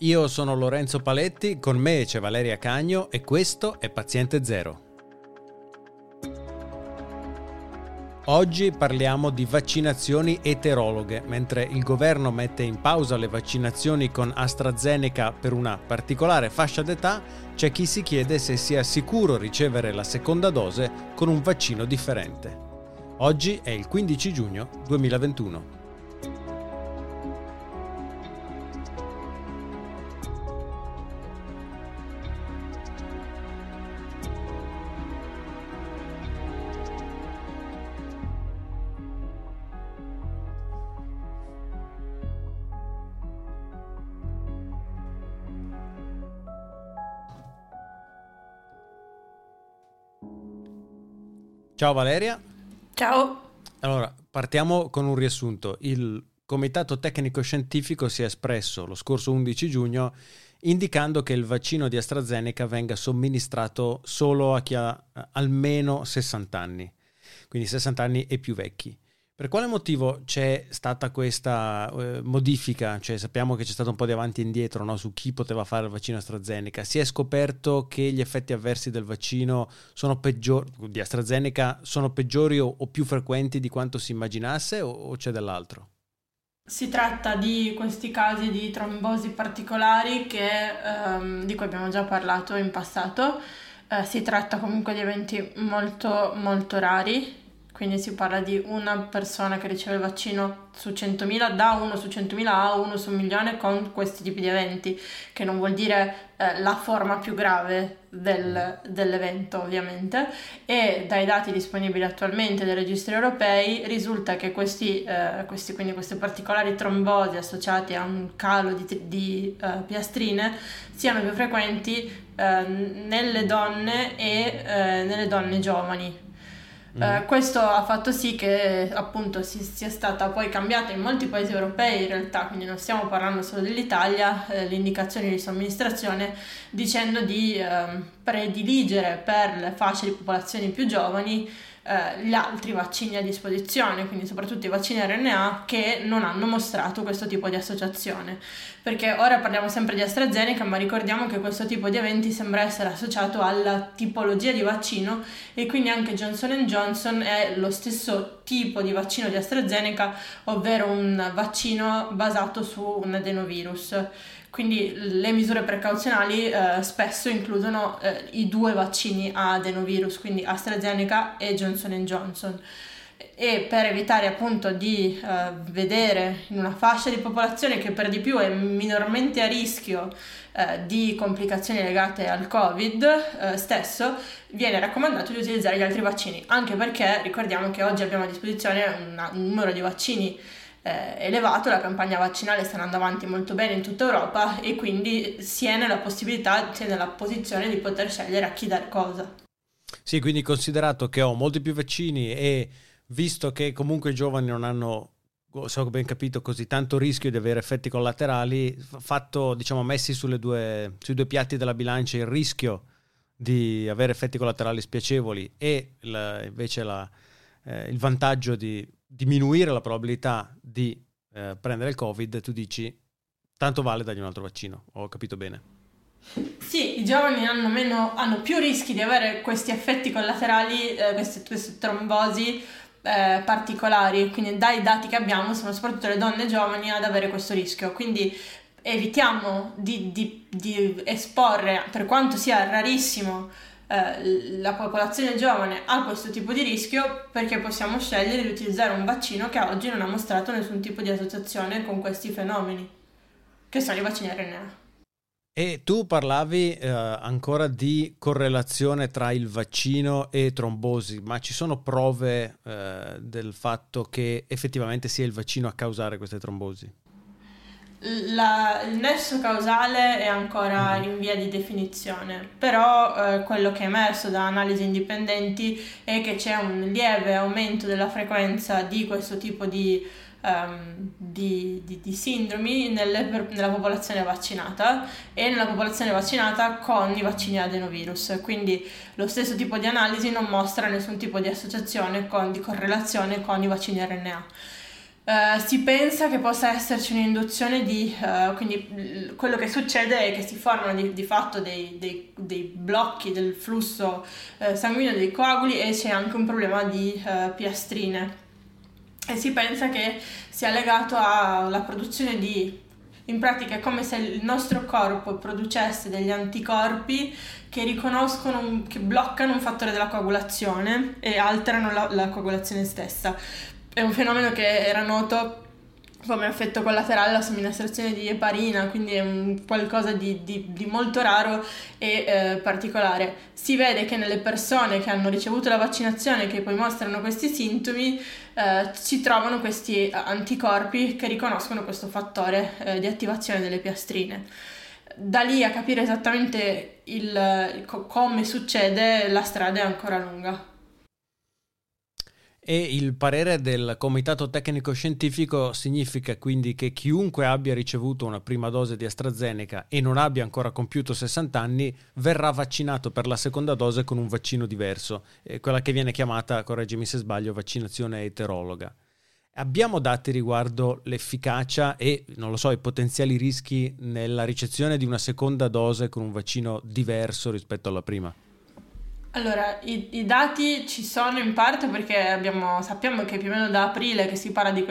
Io sono Lorenzo Paletti, con me c'è Valeria Cagno e questo è Paziente Zero. Oggi parliamo di vaccinazioni eterologhe. Mentre il governo mette in pausa le vaccinazioni con AstraZeneca per una particolare fascia d'età, c'è chi si chiede se sia sicuro ricevere la seconda dose con un vaccino differente. Oggi è il 15 giugno 2021. Ciao Valeria. Ciao. Allora, partiamo con un riassunto. Il Comitato Tecnico Scientifico si è espresso lo scorso 11 giugno indicando che il vaccino di AstraZeneca venga somministrato solo a chi ha almeno 60 anni, quindi 60 anni e più vecchi. Per quale motivo c'è stata questa modifica? Cioè, sappiamo che c'è stato un po' di avanti e indietro, no, su chi poteva fare il vaccino AstraZeneca. Si è scoperto che gli effetti avversi del vaccino di AstraZeneca sono peggiori o più frequenti di quanto si immaginasse o c'è dell'altro? Si tratta di questi casi di trombosi particolari di cui abbiamo già parlato in passato. Si tratta comunque di eventi molto molto rari. Quindi si parla di una persona che riceve il vaccino su 100.000, da 1 su 100.000 a 1 su 1.000.000 con questi tipi di eventi, che non vuol dire la forma più grave dell'evento ovviamente, e dai dati disponibili attualmente dai registri europei risulta che queste particolari trombosi associate a un calo di piastrine siano più frequenti nelle donne e nelle donne giovani. Questo ha fatto sì che appunto sia stata poi cambiata in molti paesi europei in realtà, quindi non stiamo parlando solo dell'Italia, le indicazioni di somministrazione, dicendo di prediligere per le fasce di popolazioni più giovani gli altri vaccini a disposizione, quindi soprattutto i vaccini RNA che non hanno mostrato questo tipo di associazione, perché ora parliamo sempre di AstraZeneca, ma ricordiamo che questo tipo di eventi sembra essere associato alla tipologia di vaccino, e quindi anche Johnson & Johnson è lo stesso tipo di vaccino di AstraZeneca, ovvero un vaccino basato su un adenovirus. Quindi le misure precauzionali spesso includono i due vaccini a adenovirus, quindi AstraZeneca e Johnson & Johnson. E per evitare appunto di vedere in una fascia di popolazione che per di più è minormente a rischio di complicazioni legate al Covid stesso, viene raccomandato di utilizzare gli altri vaccini, anche perché ricordiamo che oggi abbiamo a disposizione un numero di vaccini elevato, la campagna vaccinale sta andando avanti molto bene in tutta Europa e quindi si è nella posizione di poter scegliere a chi dare cosa. Sì, quindi considerato che ho molti più vaccini e visto che comunque i giovani non hanno, se ho ben capito, così tanto rischio di avere effetti collaterali, messi sui due piatti della bilancia il rischio di avere effetti collaterali spiacevoli e invece il vantaggio di diminuire la probabilità di prendere il Covid, tu dici tanto vale dargli un altro vaccino, ho capito bene? Sì, i giovani hanno più rischi di avere questi effetti collaterali, queste trombosi particolari, quindi dai dati che abbiamo sono soprattutto le donne giovani ad avere questo rischio, quindi evitiamo di esporre, per quanto sia rarissimo, la popolazione giovane a questo tipo di rischio, perché possiamo scegliere di utilizzare un vaccino che oggi non ha mostrato nessun tipo di associazione con questi fenomeni, che sono i vaccini RNA. E tu parlavi ancora di correlazione tra il vaccino e trombosi, ma ci sono prove del fatto che effettivamente sia il vaccino a causare queste trombosi? Il nesso causale è ancora in via di definizione, però quello che è emerso da analisi indipendenti è che c'è un lieve aumento della frequenza di questo tipo di sindromi nella popolazione vaccinata e nella popolazione vaccinata con i vaccini adenovirus, quindi lo stesso tipo di analisi non mostra nessun tipo di associazione di correlazione con i vaccini RNA. Si pensa che possa esserci un'induzione quindi quello che succede è che si formano di fatto dei blocchi del flusso sanguigno, dei coaguli, e c'è anche un problema di piastrine, e si pensa che sia legato alla produzione in pratica è come se il nostro corpo producesse degli anticorpi che che bloccano un fattore della coagulazione e alterano la coagulazione stessa. È un fenomeno che era noto come effetto collaterale alla somministrazione di eparina, quindi è qualcosa di molto raro e particolare. Si vede che nelle persone che hanno ricevuto la vaccinazione, che poi mostrano questi sintomi, si trovano questi anticorpi che riconoscono questo fattore di attivazione delle piastrine. Da lì a capire esattamente come succede, la strada è ancora lunga. E il parere del Comitato Tecnico Scientifico significa quindi che chiunque abbia ricevuto una prima dose di AstraZeneca e non abbia ancora compiuto 60 anni verrà vaccinato per la seconda dose con un vaccino diverso, quella che viene chiamata, correggimi se sbaglio, vaccinazione eterologa. Abbiamo dati riguardo l'efficacia e, non lo so, i potenziali rischi nella ricezione di una seconda dose con un vaccino diverso rispetto alla prima? Allora, i dati ci sono in parte perché sappiamo che più o meno da aprile che si parla di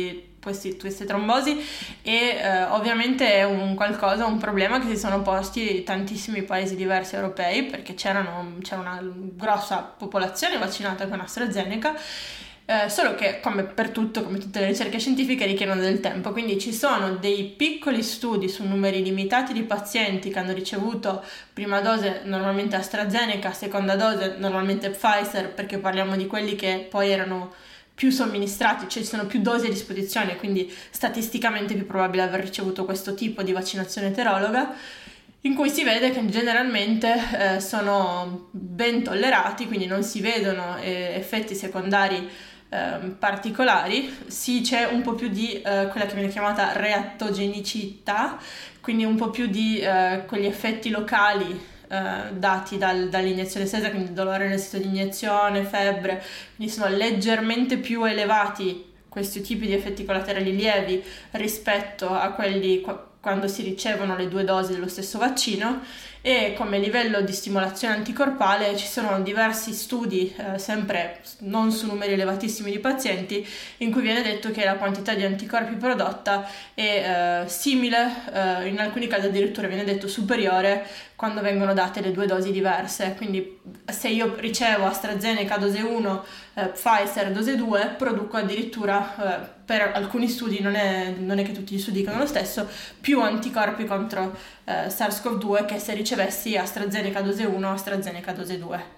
queste trombosi, e ovviamente è un problema che si sono posti tantissimi paesi diversi europei, perché c'era una grossa popolazione vaccinata con AstraZeneca. Solo che come per tutto, come tutte le ricerche scientifiche, richiedono del tempo, quindi ci sono dei piccoli studi su numeri limitati di pazienti che hanno ricevuto prima dose normalmente AstraZeneca, seconda dose normalmente Pfizer, perché parliamo di quelli che poi erano più somministrati, cioè ci sono più dosi a disposizione, quindi statisticamente è più probabile aver ricevuto questo tipo di vaccinazione eterologa, in cui si vede che generalmente sono ben tollerati, quindi non si vedono effetti secondari particolari. Sì, c'è un po' più di quella che viene chiamata reattogenicità, quindi un po' più di quegli effetti locali dati dall'iniezione stessa, quindi dolore nel sito di iniezione, febbre, quindi sono leggermente più elevati questi tipi di effetti collaterali lievi rispetto a quelli quando si ricevono le 2 dosi dello stesso vaccino. E come livello di stimolazione anticorpale ci sono diversi studi, sempre non su numeri elevatissimi di pazienti, in cui viene detto che la quantità di anticorpi prodotta è simile, in alcuni casi addirittura viene detto superiore, quando vengono date le 2 dosi diverse. Quindi se io ricevo AstraZeneca dose 1, Pfizer dose 2, produco addirittura, per alcuni studi, non è che tutti gli studi dicono lo stesso, più anticorpi contro SARS-CoV-2 che se ricevessi AstraZeneca dose 1 o AstraZeneca dose 2.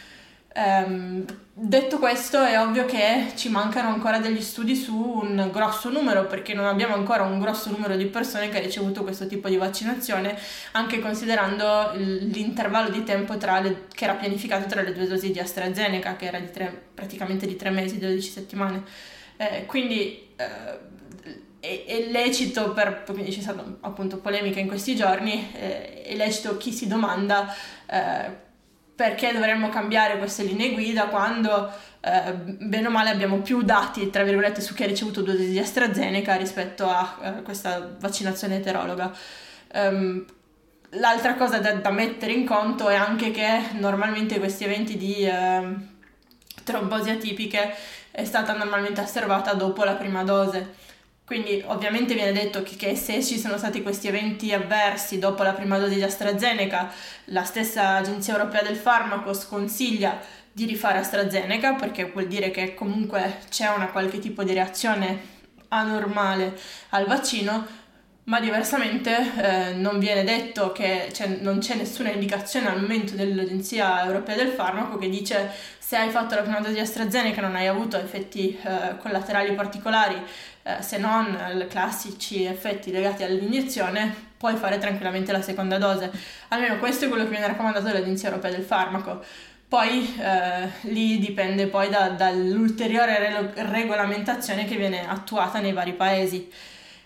Detto questo, è ovvio che ci mancano ancora degli studi su un grosso numero, perché non abbiamo ancora un grosso numero di persone che ha ricevuto questo tipo di vaccinazione, anche considerando l'intervallo di tempo che era pianificato tra le 2 dosi di AstraZeneca, che era praticamente di 3 mesi, 12 settimane. Quindi è lecito, quindi c'è stata appunto polemica in questi giorni, è lecito chi si domanda perché dovremmo cambiare queste linee guida quando bene o male abbiamo più dati, tra virgolette, su chi ha ricevuto 2 dosi di AstraZeneca rispetto a questa vaccinazione eterologa. L'altra cosa da mettere in conto è anche che normalmente questi eventi di trombosi atipiche è stata normalmente osservata dopo la prima dose. Quindi ovviamente viene detto che se ci sono stati questi eventi avversi dopo la prima dose di AstraZeneca, la stessa Agenzia Europea del Farmaco sconsiglia di rifare AstraZeneca, perché vuol dire che comunque c'è una qualche tipo di reazione anormale al vaccino, ma diversamente non viene detto non c'è nessuna indicazione al momento dell'Agenzia Europea del Farmaco che dice: se hai fatto la prima dose di AstraZeneca non hai avuto effetti collaterali particolari, se non i classici effetti legati all'iniezione, puoi fare tranquillamente la seconda dose. Almeno questo è quello che viene raccomandato dall'Agenzia Europea del Farmaco. Poi lì dipende poi dall'ulteriore regolamentazione che viene attuata nei vari paesi.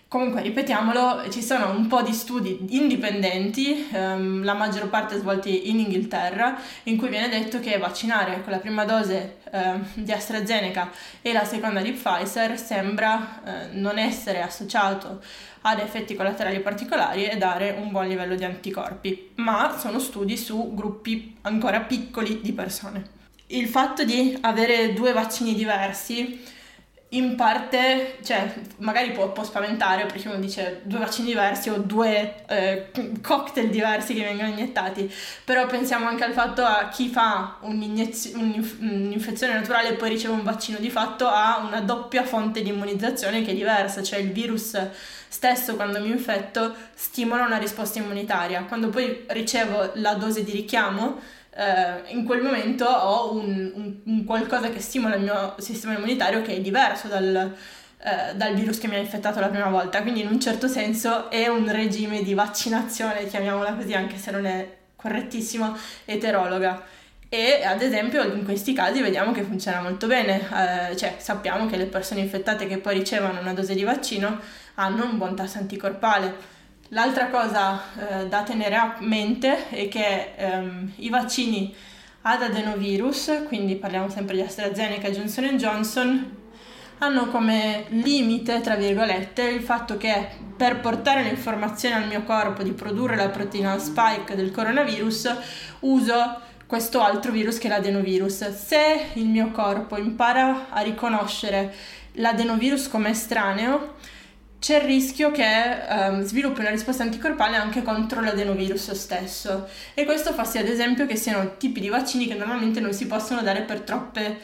Comunque, ripetiamolo, ci sono un po' di studi indipendenti, la maggior parte svolti in Inghilterra, in cui viene detto che vaccinare con la prima dose di AstraZeneca e la seconda di Pfizer sembra non essere associato ad effetti collaterali particolari e dare un buon livello di anticorpi, ma sono studi su gruppi ancora piccoli di persone. Il fatto di avere 2 vaccini diversi in parte, cioè, magari può spaventare, perché uno dice 2 vaccini diversi o 2 cocktail diversi che vengono iniettati, però pensiamo anche al fatto a chi fa un'infezione naturale e poi riceve un vaccino, di fatto ha una doppia fonte di immunizzazione che è diversa, cioè il virus stesso quando mi infetto stimola una risposta immunitaria, quando poi ricevo la dose di richiamo in quel momento ho un qualcosa che stimola il mio sistema immunitario che è diverso dal virus che mi ha infettato la prima volta, quindi in un certo senso è un regime di vaccinazione, chiamiamola così, anche se non è correttissimo, eterologa. E ad esempio in questi casi vediamo che funziona molto bene, cioè sappiamo che le persone infettate che poi ricevono una dose di vaccino hanno un buon tasso anticorpale. L'altra cosa da tenere a mente è che i vaccini ad adenovirus, quindi parliamo sempre di AstraZeneca e Johnson & Johnson, hanno come limite, tra virgolette, il fatto che per portare l'informazione al mio corpo di produrre la proteina spike del coronavirus uso questo altro virus che è l'adenovirus. Se il mio corpo impara a riconoscere l'adenovirus come estraneo, c'è il rischio che sviluppi una risposta anticorpale anche contro l'adenovirus stesso, e questo fa sì ad esempio che siano tipi di vaccini che normalmente non si possono dare per troppe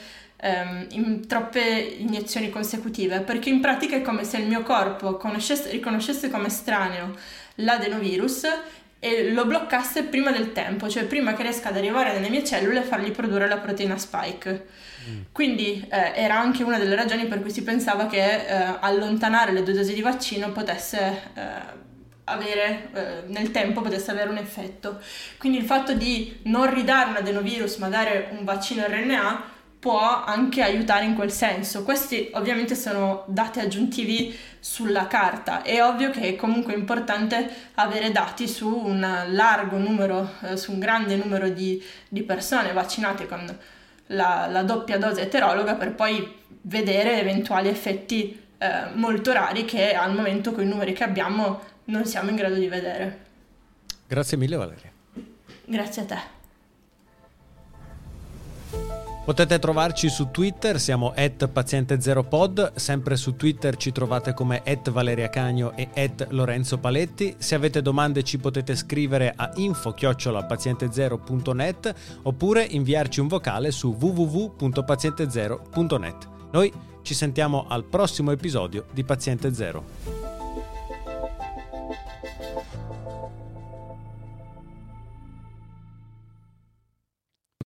iniezioni consecutive, perché in pratica è come se il mio corpo riconoscesse come estraneo l'adenovirus e lo bloccasse prima del tempo, cioè prima che riesca ad arrivare nelle mie cellule e fargli produrre la proteina spike. Quindi era anche una delle ragioni per cui si pensava che allontanare le 2 dosi di vaccino potesse avere nel tempo potesse avere un effetto. Quindi il fatto di non ridare un adenovirus ma dare un vaccino RNA può anche aiutare in quel senso. Questi ovviamente sono dati aggiuntivi sulla carta. È ovvio che è comunque importante avere dati su un largo numero, su un grande numero di persone vaccinate con la doppia dose eterologa, per poi vedere eventuali effetti molto rari che al momento con i numeri che abbiamo non siamo in grado di vedere. Grazie mille Valeria. Grazie a te. Potete trovarci su Twitter, siamo @paziente0pod, sempre su Twitter ci trovate come @valeriacagno e @lorenzopaletti. Se avete domande ci potete scrivere a info@pazientezero.net oppure inviarci un vocale su www.pazientezero.net. Noi ci sentiamo al prossimo episodio di Paziente Zero.